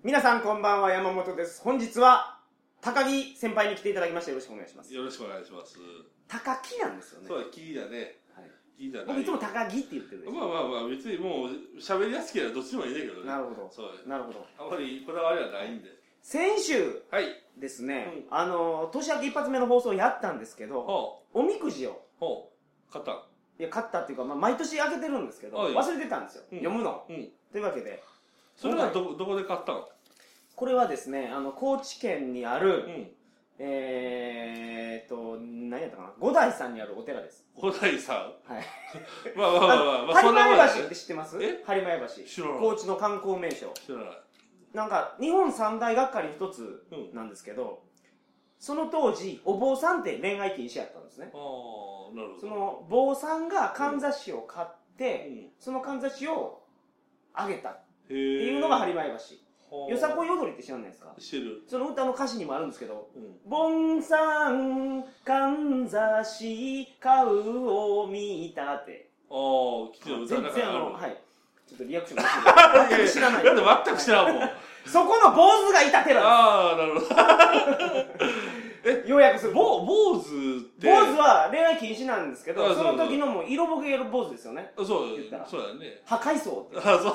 皆さんこんばんは、山本です。本日は高木先輩に来ていただきまして、よろしくお願いします。 よろしくお願いします。 高木なんですよね。 そうだ、木だね。はい。木だね。 僕いつも高木って言ってるでしょ。 まあ別にもう喋りやすければどっちでもいいんだけどね。 なるほど。 そう。 なるほど。 あまりこだわりはないんで。 先週ですね、年明け一発目の放送をやったんですけど、おみくじを買った。 いや、買ったっていうか、毎年開けてるんですけど、忘れてたんですよ。読むの。というわけで。 それはどこで買ったの？ これはですね、高知県にある、何やったかな、五代さんにあるお寺です。 五代さん？はい。まあ、 播磨橋って知ってます？播磨橋。 知らない。 高知の観光名所。 知らない。 なんか、日本三大学科に一つなんですけど、その当時、お坊さんって恋愛禁止やったんですね。 ああ、なるほど。 その坊さんがかんざしを買って、そのかんざしをあげたっていうのが播磨橋。よさこい踊りって知らないですか？ 知る。 その歌の歌詞にもあるんですけど、盆さんかんざし買うを見たって。 ああ、きつい歌全然はい。ちょっとリアクションが全く知らない。 だって全く知らんもん。 そこの坊主がいた寺です。 ああ、なるほど。要約する。 坊主って。 坊主は恋愛禁止なんですけど、その時のもう色ぼけ坊主ですよね。 そうだね。 破壊層って。 あ、そう。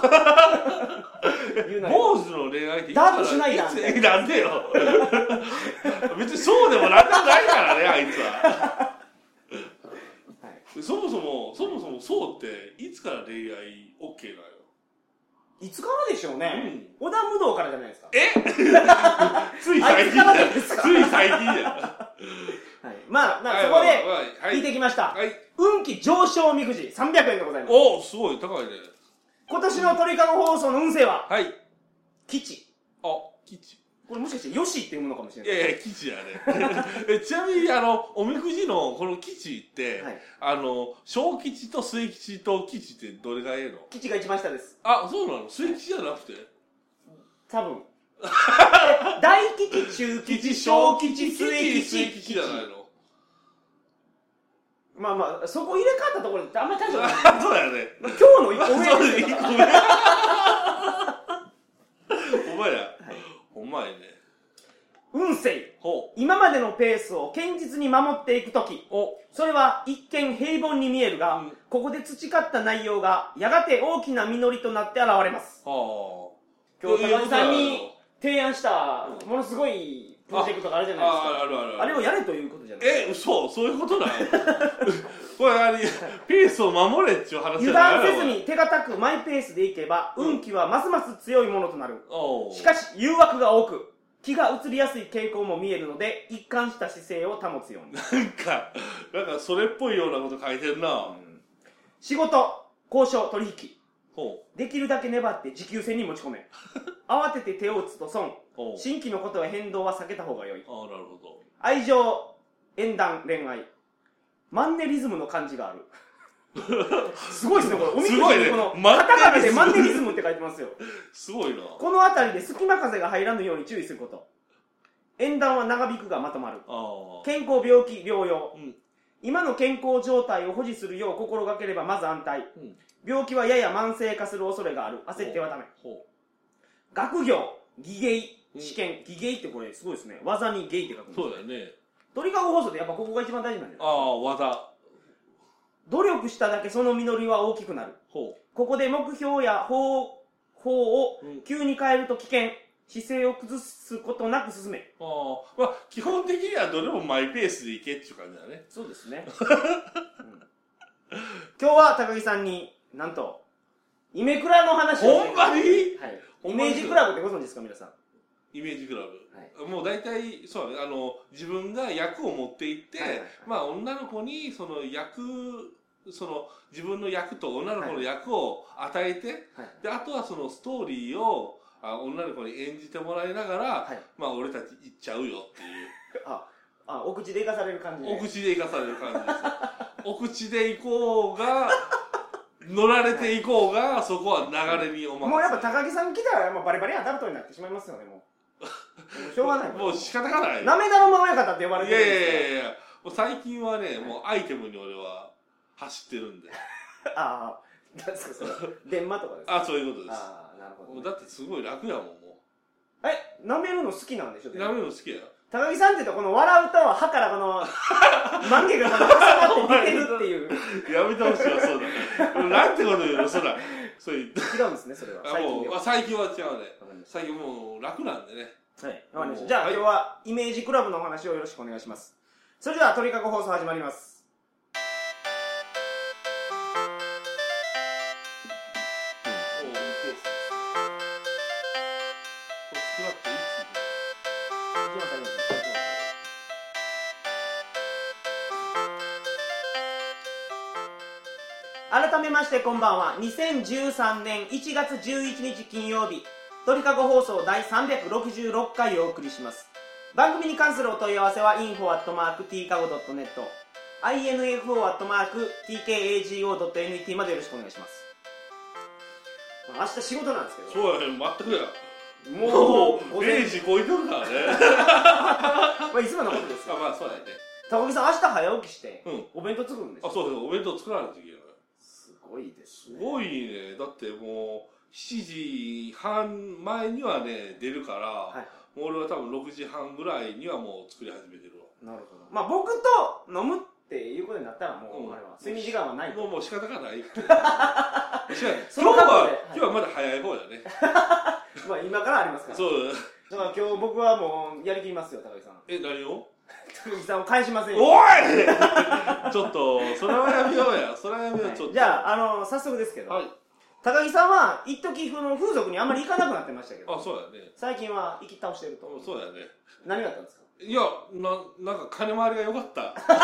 坊主の恋愛ってダートシュナイダー。 なんでよ。別にそうでもなんでもないからね、あいつは。そもそもそうっていつから恋愛 OK なのよ。 いつからでしょうね。織田無道からじゃないですか。 つい最近だよ。つい最近だよ。 まあ、そこで聞いてきました。運気上昇おみくじ300円でございます。 おお、すごい高いね。 今年の鳥かご放送の運勢は吉。 吉。 これもしかしてよしっていうものかもしれない。 いやいや、吉やね。ちなみにおみくじのこの吉って、小吉と末吉と吉ってどれがええの？ 吉が一番下です。 あ、そうなの？末吉じゃなくて？ 多分。大吉、中吉、小吉、末吉じゃないの？ まあ、そこ入れ替わったところであんまり大丈夫ない。 そうだよね。 今日の一個上ですから。 お前や。お前ね。 運勢。今までのペースを堅実に守っていくとき。それは一見平凡に見えるが、ここで培った内容がやがて大きな実りとなって現れます。今日高木さんに提案したものすごいプロジェクトがあるじゃないですか。あれをやれということじゃないですか。 そういうことなの？これペースを守れっていう話じゃないの？ 油断せずに手堅くマイペースでいけば、運気はますます強いものとなる。しかし誘惑が多く、気が移りやすい傾向も見えるので、一貫した姿勢を保つように。 なんかそれっぽいようなこと書いてるな。 仕事、交渉、取引。できるだけ粘って持久戦に持ち込め。慌てて手を打つと損。新規のことは変動は避けた方が良い。 なるほど。 愛情、縁談、恋愛。マンネリズムの感じがある。すごいですね、これ。おみくじにこのカタカナでマンネリズムって書いてますよ。 すごいな。 この辺りで隙間風が入らぬように注意すること。縁談は長引くがまとまる。健康、病気、療養。今の健康状態を保持するよう心がければまず安泰。病気はやや慢性化する恐れがある。焦ってはダメ。学業、技芸、試験。技芸ってこれすごいですね。技に芸って書くんです。 そうだよね。 鳥かご放送でやっぱここが一番大事なんじゃないですか。 技。努力しただけその実りは大きくなる。ここで目標や方法を急に変えると危険。姿勢を崩すことなく進め。 基本的にはどれもマイペースでいけっていう感じだね。 そうですね。今日は高木さんになんとイメクラの話を。 ほんまに？ イメージクラブってご存知ですか皆さん？ イメージクラブ、もう大体そうね、自分が役を持っていって、女の子にその自分の役と女の子の役を与えて、であとはそのストーリーを女の子に演じてもらいながら、俺たち行っちゃうよっていう。 お口で生かされる感じで。 お口で生かされる感じです。お口で行こうが乗られていこうが、そこは流れにお任せ。 もうやっぱ高木さん来たらバリバリアダルトになってしまいますよね。もうしょうがない。 もう仕方がない。 なめだろま親方って呼ばれてるんですよ。 いやもう最近はね、もうアイテムに俺は走ってるんで。 何ですかそれ。電話とかですか？ そういうことです。 なるほど、 だってすごい楽やもん、も舐めるの好きなんでしょ。 舐めるの好きや。 高木さんって言うとこの笑うと歯からこの眉毛がこの挟まって出てるっていうやめてほしいわ。そうだなんてこと言うの。そうだそういう違うんですね、それは。 最近は違うね。最近もう楽なんでね。 はい、わかりました。じゃあ、今日はイメージクラブのお話をよろしくお願いします。それでは鳥かご放送始まります。改めましてこんばんは。2013年1月11日金曜日、鳥かご放送第366回をお送りします。番組に関するお問い合わせは info@tkago.net info@tkago.net までよろしくお願いします。明日仕事なんですけど。 そうやね、全くや。もう0時超えてるからね。 まあいつものことですよ。 まあそうやね。 高木さん明日早起きしてお弁当作るんですよ。 そうそう、お弁当作らないといけない。 すごいですね。 すごいね。だってもう7時半前にはね出るから、もう俺は多分6時半ぐらいにはもう作り始めてるわ。 なるほど。まあ僕と飲むっていうことになったらもうあれは睡眠時間はない。 もう仕方がない。今日はまだ早い方だね。 まあ今からありますから。 そうだから今日僕はもうやりきりますよ、高木さん。 何を？ 高木さんを返しませんよ。 おいちょっとそれはやめようや。それはやめよう。ちょっと。 じゃあ早速ですけど、高木さんは一時風俗にあんまり行かなくなってましたけど、 そうだね。 最近は行き倒してると。 そうだね。 何があったんですか？ いや、なんか金回りが良かった。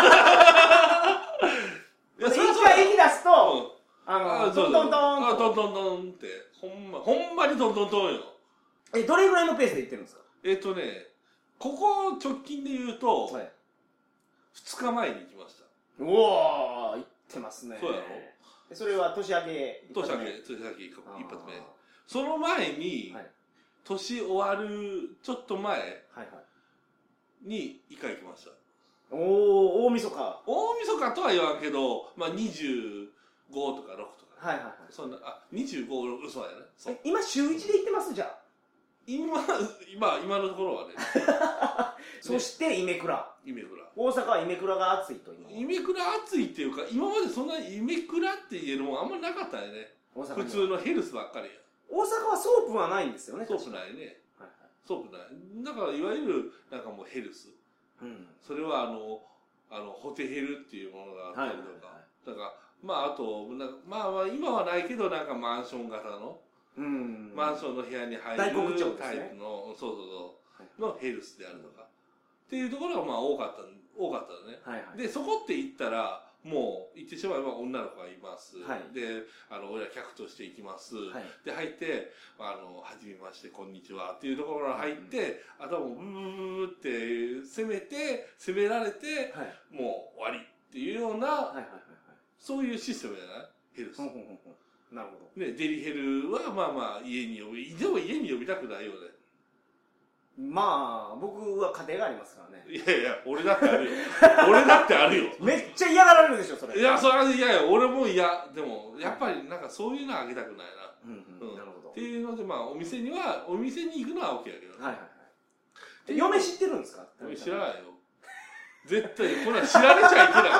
いや、それ一回行き出すと、トントントントントントンって、ほんまにトントントンよ。 どれぐらいのペースで行ってるんですか？ ここ直近で言うと、2日前に行きました。 おー、行ってますね。 そうやろ。 それは年明け一発目。その前に、年終わるちょっと前に1回行きました。 おー、大晦日。 大晦日とは言わんけど、まあ25とか6とか。そんな、25、嘘だよね。 今週1で行ってますじゃあ。 今のところはね。 そしてイメクラ。大阪はイメクラが熱いと。 イメクラ熱いっていうか、今までそんなイメクラって言えるもんあんまなかったよね。普通のヘルスばっかりや。 大阪はソープはないんですよね。 ソープないね。ソープない。だからいわゆるなんかもうヘルス。それはホテヘルっていうものがあったりとか。だからまああとまあ今はないけどなんかマンション型の。マンションの部屋に入るタイプののヘルスであるとかっていうところがまあ多かったのね。でそこって言ったらもう言ってしまえば女の子がいます。で俺ら客として行きます。で入ってはじめましてこんにちはっていうところから入って頭をブーって攻められてもう終わりっていうようなそういうシステムじゃないヘルス。 なるほど。 ね、デリヘルはまあまあでも家に呼びたくないよね。 まあ僕は家庭がありますからね。 いや俺だってあるよ。 めっちゃ嫌がられるでしょそれ。 いやそれは嫌や。俺も嫌。でもやっぱりなんかそういうのはあげたくないな。 なるほど。 っていうのでまあお店に行くのは OK やけど。 嫁知ってるんですか？ 知らないよ。絶対これは知られちゃいけない。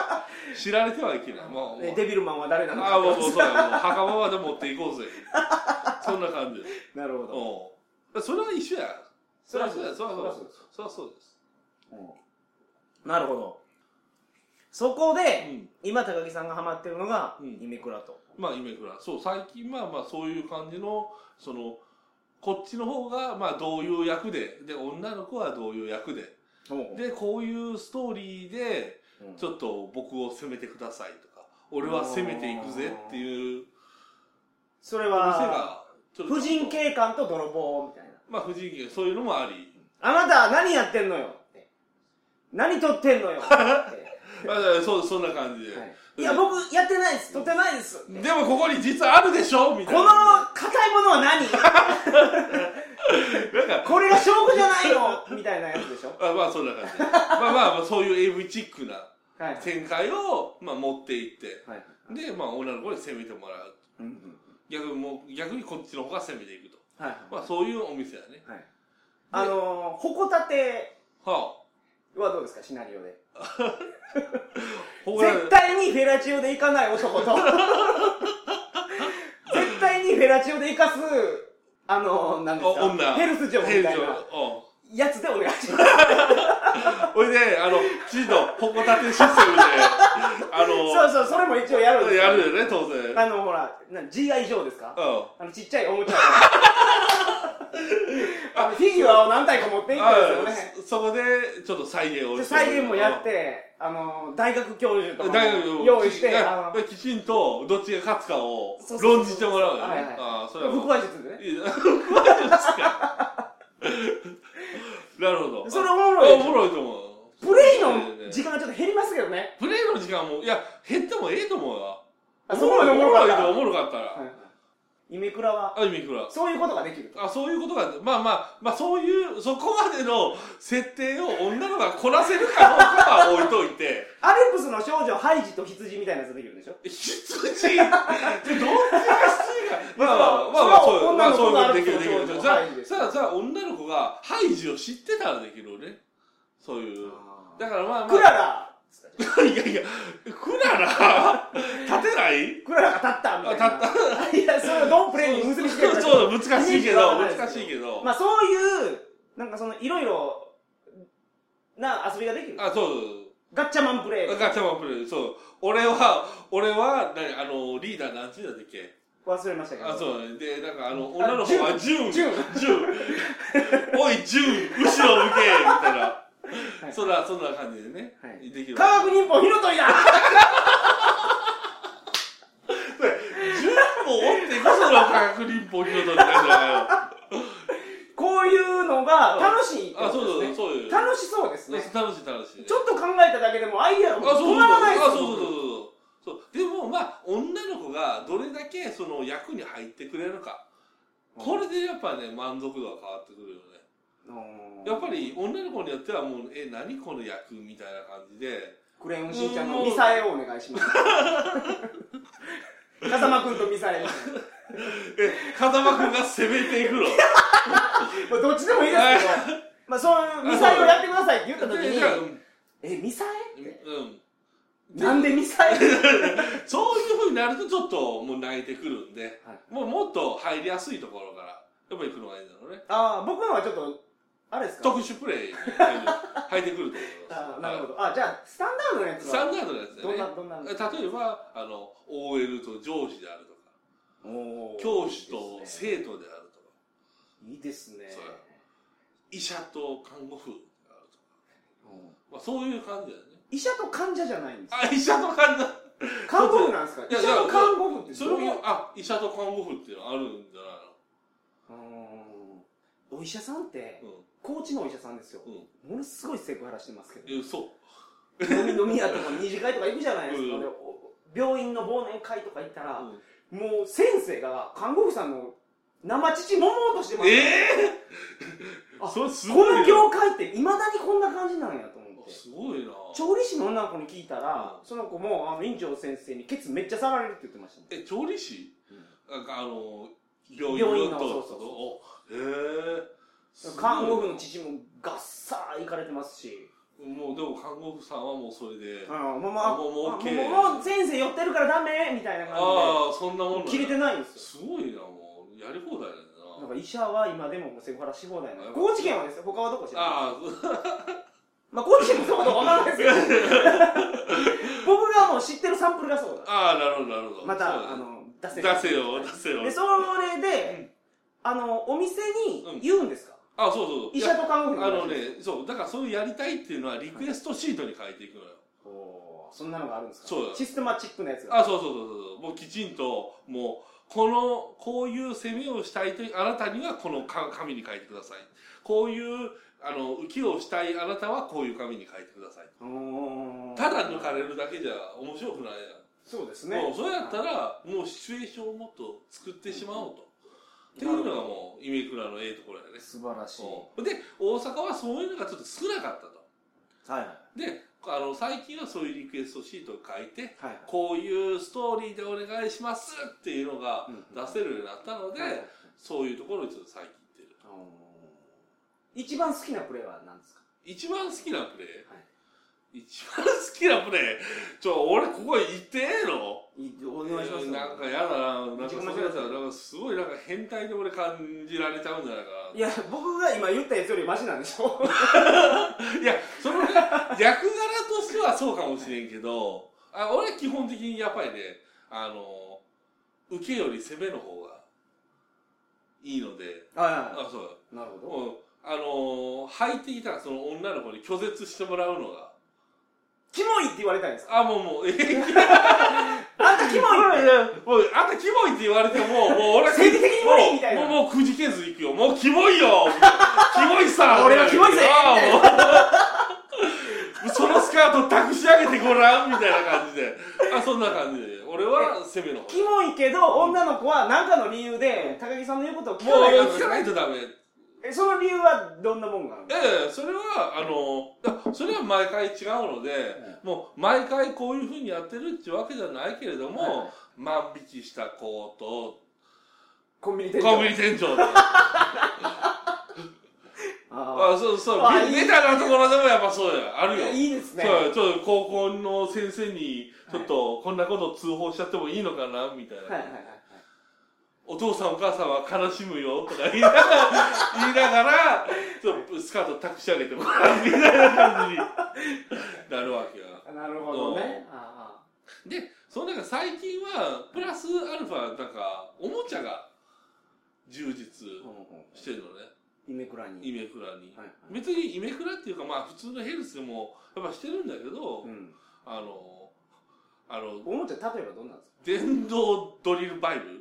知られてはいけない。 デビルマンは誰なのか。 もうそうや。もう墓場まで持っていこうぜ。そんな感じ。 なるほど。それは一緒や。そりゃそうです。 なるほど。そこで今高木さんがハマってるのがイメクラと。 まあイメクラ。そう最近まあそういう感じのこっちの方がまあどういう役で女の子はどういう役で。でこういうストーリーでちょっと僕を責めてくださいとか俺は攻めていくぜっていうそれは婦人警官と泥棒みたいなまあ婦人警官そういうのもありあなた何やってんのよって何撮ってんのよってそんな感じで、 いや僕やってないです撮ってないですでもここに実はあるでしょみたいなこの硬いものは何これが証拠じゃないのみたいなやつでしょ。 まあそんな感じまあそういう AV チックな展開をまあ持っていって、でまあ女の子に攻めてもらう、逆にこっちの方が攻めていくと、まあそういうお店だね。 矛立てはどうですか、シナリオで。絶対にフェラチオで行かない男と、絶対にフェラチオで行かす、なんですか、ヘルス嬢みたいなやつでお願いします。 ほいで、きちんと矛立てシステムで、 そう、それも一応やるんですよ。 やるよね、当然。 ほら、GI ジョーですか？ちっちゃいおもちゃフィギュアを何体か持っていったんですよね。 そこで、ちょっっと再現をして。 再現もやって、大学教授とかも用意して、 きちんとどっちが勝つかを論じてもらうよね。 腹話術でね。 腹話術か。なるほど。 それおもろい。 おもろいと思う。 プレイの時間がちょっと減りますけどね。 プレイの時間も、いや、減ってもええと思うよ。 おもろかったら。 イメクラはそういうことができると。 そういうことが、まあそういう、そこまでの設定を女の子がこなせるかどうかは置いといて。 アレプスの少女ハイジと羊みたいなやつできるんでしょ？ 羊？どっちが羊がまあそういうことできる。じゃあ女の子がハイジを知ってたらできるよね。そういう。だからまあ。 クララいや、クララ立てない？ クララが立ったみたいな。立った。いや、それをドンプレイに結びつける。 そう、難しいけど。 まあそういう、なんかいろいろな遊びができる。 そう。 ガッチャマンプレイ。 そう。俺は、リーダー何時だったっけ？ 忘れましたけど。 そうで、なんか女の子はジュンおい、ジュン後ろ向けみたいな。そんな感じでね。できる。 科学忍法火の鳥だジュンもおってこその科学忍法火の鳥なんじゃないよ。 こういうのが楽しい。 そう楽しそうですね。 楽しい。 ちょっと考えただけでもアイデアが止まらないですよ。 そう。でもまあ女の子がどれだけその役に入ってくれるか、これでやっぱね満足度が変わってくるよね。やっぱり女の子によってはもう何この役みたいな感じで。 クレヨンしんちゃんのミサエをお願いします。風間くんとミサエ。 風間くんが攻めていくの。 どっちでもいいですけど、まあそういうミサエをやってくださいって言った時に、ミサエって？なんでミサエ？ そういう風になるとちょっともう泣いてくるんで、もっと入りやすいところからやっぱり行くのがいいんだろうね。 僕のはちょっとあれですか？ 特殊プレイに入ってくると思います。 なるほど。じゃあスタンダードのやつは？ スタンダードのやつだね。 どんな例えばOL と上司であるとか、教師と生徒であるとか。 いいですね。 医者と看護婦であるとか。そういう感じだよね。 医者と患者じゃないんですか？ 医者と患者。 看護婦なんですか？医者と看護婦ってそれも医者と看護婦っていうのあるんじゃないの？お医者さんって高知のお医者さんですよ。ものすごいセクハラしてますけど。 そう。 飲み屋とか二次会とか行くじゃないですか。病院の忘年会とか行ったら、もう先生が看護婦さんの生乳揉もうとしてます。 それすごい。 この業界っていまだにこんな感じなんやと思って。 すごいな。 調理師の女の子に聞いたら、その子も院長先生にケツめっちゃ触られるって言ってました。 調理師？ 病院のそう。看護婦の父もガッサーいかれてますし。 もうでも看護婦さんはもうそれでもう先生寄ってるからダメみたいな感じでそんなもん切れてないんですよ。すごいな。もうやり放題だよな。 なんか医者は今でもセクハラし放題なの。高知県はですよ。他はどこ知らない。まあ高知県もそうかどうかわからないですけど僕がもう知ってるサンプルがそうだ。 なるほど。 また出せよ。でそれでお店に言うんですか？ そう。 医者と看護婦そう、だからそういうやりたいっていうのはリクエストシートに書いていくのよ。 そんなのがあるんですか？ そう。 システマチックなやつが。 そう。もうきちんと、もう、こういう攻めをしたいという、あなたにはこの紙に書いてください。こういう、浮きをしたいあなたはこういう紙に書いてください。ただ抜かれるだけじゃ面白くないやん。 そうですね。 もうそうやったら、もうシチュエーションをもっと作ってしまおうと。っていうのがもうイメクラのところやね。 素晴らしい。 で大阪はそういうのがちょっと少なかったと。で最近はそういうリクエストシートを書いて、こういうストーリーでお願いしますっていうのが出せるようになったので、そういうところにちょっと最近行ってる。 一番好きなプレーは何ですか？ 一番好きなプレー、一番好きなプレー、俺ここ言ってええの？ お願いします。 なんかやだな、なんかそれだったら、なんかすごいなんか変態で俺感じられちゃうんじゃないかな。 いや、僕が今言ったやつよりマシなんでしょ？ いや、そのね、役柄としてはそうかもしれんけど、俺基本的にやっぱりね、受けより攻めの方がいいので、そう。 なるほど。 入ってきたらその女の子に拒絶してもらうのが、 キモいって言われたいんですか？ もう、 あんたキモいって。 もう、あんたキモいって言われても、もう俺、 生理的に無理みたいな。 もうくじけず行くよ。もうキモいよキモいさ俺はキモいぜそのスカート託し上げてごらんみたいな感じで。そんな感じで。俺は攻めの方。 キモいけど、女の子は何かの理由で、高木さんの言うことを聞かない。 もう聞かないとダメ。 その理由はどんなもんがあるの？ それは毎回違うので、もう毎回こういうふうにやってるっていうわけじゃないけれども、万引きした子とコンビニ店長そうベタなところでもやっぱそうや、あるよ。 いいですね。 そう高校の先生にちょっとこんなこと通報しちゃってもいいのかなみたいな。お父さんお母さんは悲しむよとか言いながらちょっとスカート託し上げてもらうみたいな感じになるわけよ。 なるほどね。 で、そのなんか最近はプラスアルファなんかおもちゃが充実してるのね。 イメクラに。 別にイメクラっていうか普通のヘルスでもやっぱしてるんだけど、 おもちゃ例えばどんなんですか？ 電動ドリルバイブ。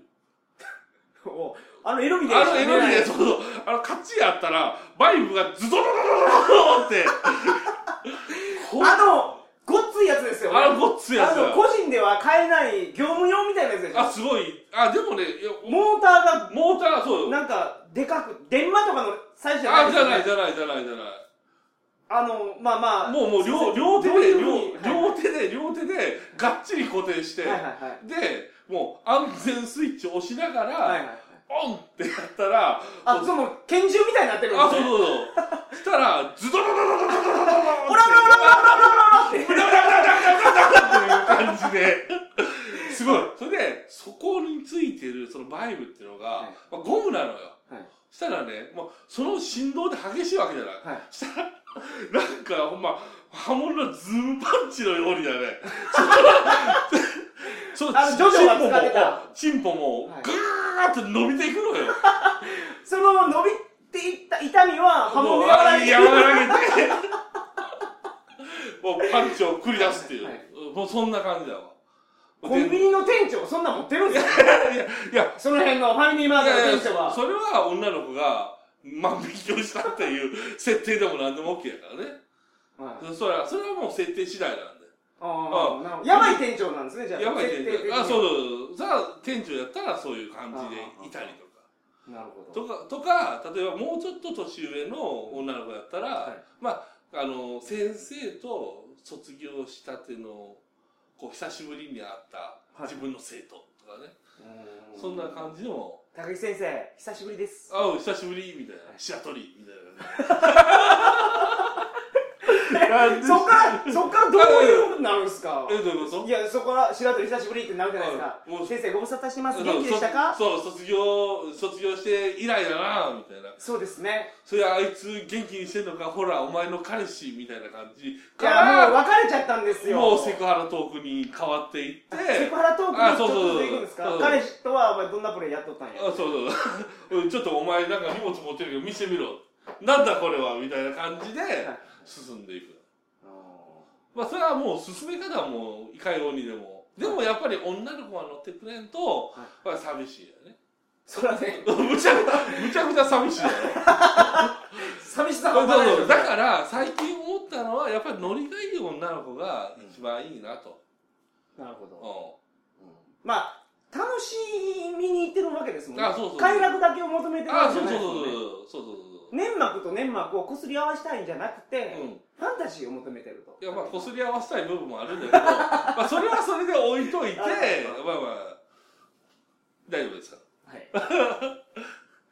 エロビでそうカッチやったらバイブがズドドドドドドってごっついやつですよね。 ごっついやつ個人では買えない業務用みたいなやつでしょ。 すごい。でもね、 モーターそうなんかでかく電話とかのサイズじゃないですよね。 じゃないもう両手でがっちり固定してでもう安全スイッチを押しながらオンってやったらその拳銃みたいになってるんですね。 そしたらズドドドドドドドドドドオラってっていう感じですごい。それでそこについてるそのバイブっていうのがゴムなのよ。そしたらね、もうその振動で激しいわけじゃない。そしたらなんかほんま刃物のズームパンチのようにだね。チンポもガーッと伸びていくのよ。 その伸びていった痛みは刃物で和らげてもうパンチを繰り出すっていう、もうそんな感じだわ。 コンビニの店長そんな持ってるんですか？いやその辺のファミリーマートの店長はそれは女の子が万引きをしたっていう設定でも何でも OK やからね。それはもう設定次第なんで。 やばい店長なんですね、じゃあ。 やばい店長。そうさあ店長やったらそういう感じでいたりとか。 なるほど。 とか例えばもうちょっと年上の女の子やったら、先生と卒業したての久しぶりに会った自分の生徒とかね、そんな感じの高木先生久しぶりです。 久しぶりみたいな、白鳥みたいなそっからどういう風になるんですか？ どういうこと？ いや、そこから白鳥久しぶりってなるじゃないですか。先生ご無沙汰してます。元気でしたか？ そう、卒業して以来だなみたいな。 そうですね。 それあいつ元気にしてんのか、ほらお前の彼氏みたいな感じ。 いや、もう別れちゃったんですよ。 もうセクハラトークに変わっていって。 セクハラトークにちょっとでいくんですか？彼氏とはお前どんなプレイやっとったんや？ ちょっとお前なんか荷物持ってるけど見せてみろ。なんだこれはみたいな感じで進んでいく。それはもう進め方はもういかようにでも。でもやっぱり女の子が乗ってくれんと、寂しいよね。 それはね。 むちゃくちゃ寂しいよね。 寂しさがないですよね。 だから最近思ったのはやっぱりノリがいい女の子が一番いいなと。 なるほど。楽しみに行ってるわけですもんね。快楽だけを求めてるわけじゃないですもんね。粘膜と粘膜をこすり合わせたいんじゃなくて、ファンタジーを求めてると。 いやこすり合わせたい部分もあるんだけど、それはそれで置いといて、大丈夫ですか？ はい。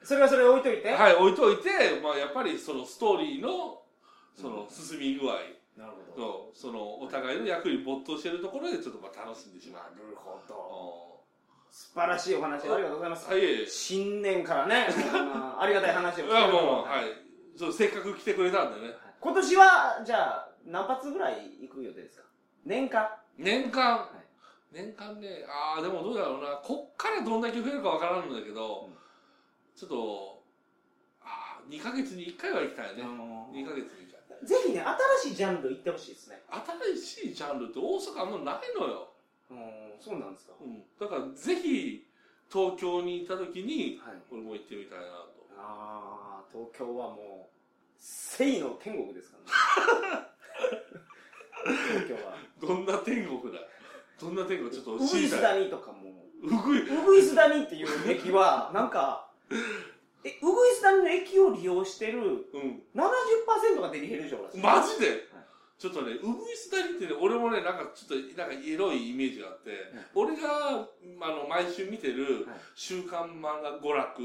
それはそれ置いといて、 はい、置いといて、まあ、やっぱりそのストーリーのその進み具合、 なるほど、 そのお互いの役に没頭しているところでちょっとまあ楽しんでしまう。 なるほど、素晴らしいお話ありがとうございます。 はい、 新年からねありがたい話を聞けるもう、はい、せっかく来てくれたんでね。 今年はじゃあ何発ぐらい行く予定ですか？年間、 年間ね、でもどうだろうな、こっからどんだけ増えるかわからんのだけど、ちょっと2ヶ月に1回は行きたいね。2ヶ月に1回。 ぜひね、新しいジャンル行ってほしいですね。 新しいジャンルって大阪あんまないのよ。 そうなんですか。 だからぜひ東京に行った時に、これも行ってみたいなと。 東京はもう聖の天国ですからね。東京はどんな天国だ。どんな天国、ちょっと知りたい。ウグイス谷とかも、 ウグイス谷っていう駅はなんかウグイス谷の駅を利用してる 70% がデリヘル嬢らしい。 マジで、ちょっとね、ウグイス谷ってね、俺もね、なんかちょっとなんかエロいイメージがあって、俺が毎週見てる週刊漫画娯楽、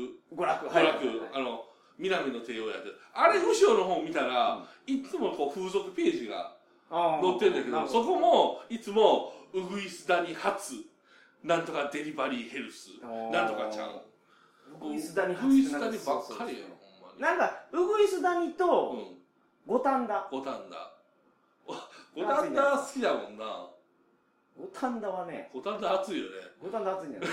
南の帝王やって、あれ後ろの方見たら、いつもこう風俗ページが載ってるんだけど、そこもいつもウグイス谷発なんとかデリバリーヘルスなんとかちゃん、 ウグイス谷ばっかりやろ、ほんまに。 なんかウグイス谷と五反田、 五反田好きだもんな。 五反田はね、 五反田暑いよね。 五反田暑いんじゃない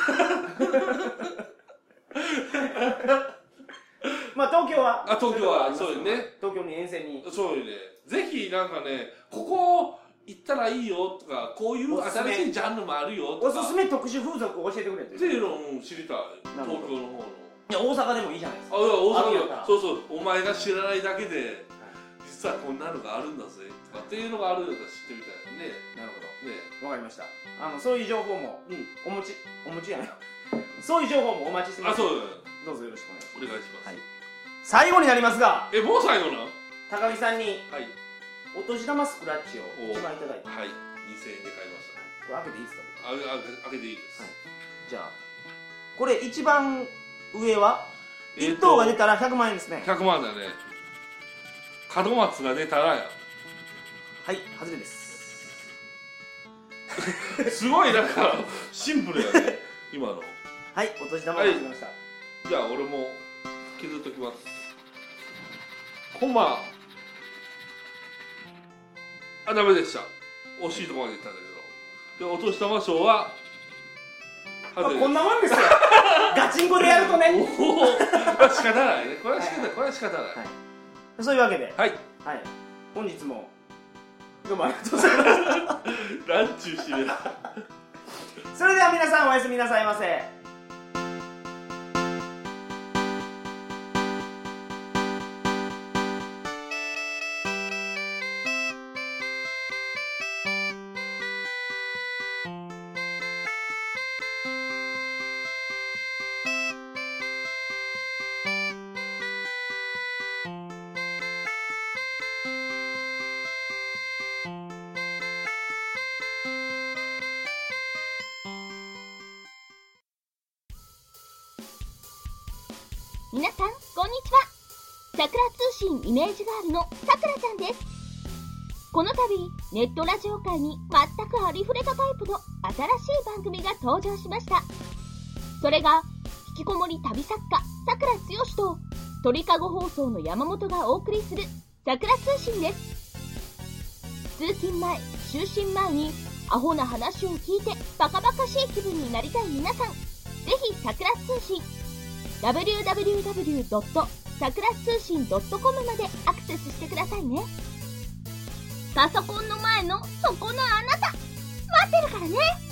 まあ東京はそうよね。 東京に遠征に、 そうよね。ぜひなんかね、ここ行ったらいいよとか、こういう新しいジャンルもあるよとか、 おすすめ特殊風俗を教えてくれっていうのを知りたい。東京の方の。 いや、大阪でもいいじゃないですか。 大阪、そうそう、お前が知らないだけで実はこんなのがあるんだぜとかっていうのがあるのか知ってみたいね。 なるほどね。わかりました。そういう情報もお持ちやね。そういう情報もお待ちしてます。 そうだね。 どうぞよろしくお願いします。最後になりますが、 もう最後なの？ 高木さんにお年玉スクラッチを1枚いただいて、 はい、2000円で買いました。 これ開けていいですか？ 開けていいです。 じゃあこれ一番上は1等が出たら100万円ですね。 100万だね。門松が出たらや。 はい、外れです。 すごいなんかシンプルやね今の。 はい、お年玉が出ました。 じゃあ俺も削っときます。コマダメでした。惜しいところまでいったんだけど。で、お年玉賞はこんなもんですよ。ガチンコでやるとね。 仕方ないね。これは仕方ない。 そういうわけで、本日もどうもありがとうございました。 ランチしてる。 それでは皆さんおやすみなさいませ。 皆さんこんにちは。さくら通信イメージガールのさくらちゃんです。この度ネットラジオ界に全くありふれたタイプの新しい番組が登場しました。それが引きこもり旅作家さくらつよしと鳥かご放送の山本がお送りするさくら通信です。通勤前、就寝前にアホな話を聞いてバカバカしい気分になりたい皆さん、ぜひさくら通信www. さくら通信 .com までアクセスしてくださいね。パソコンの前のそこのあなた、待ってるからね。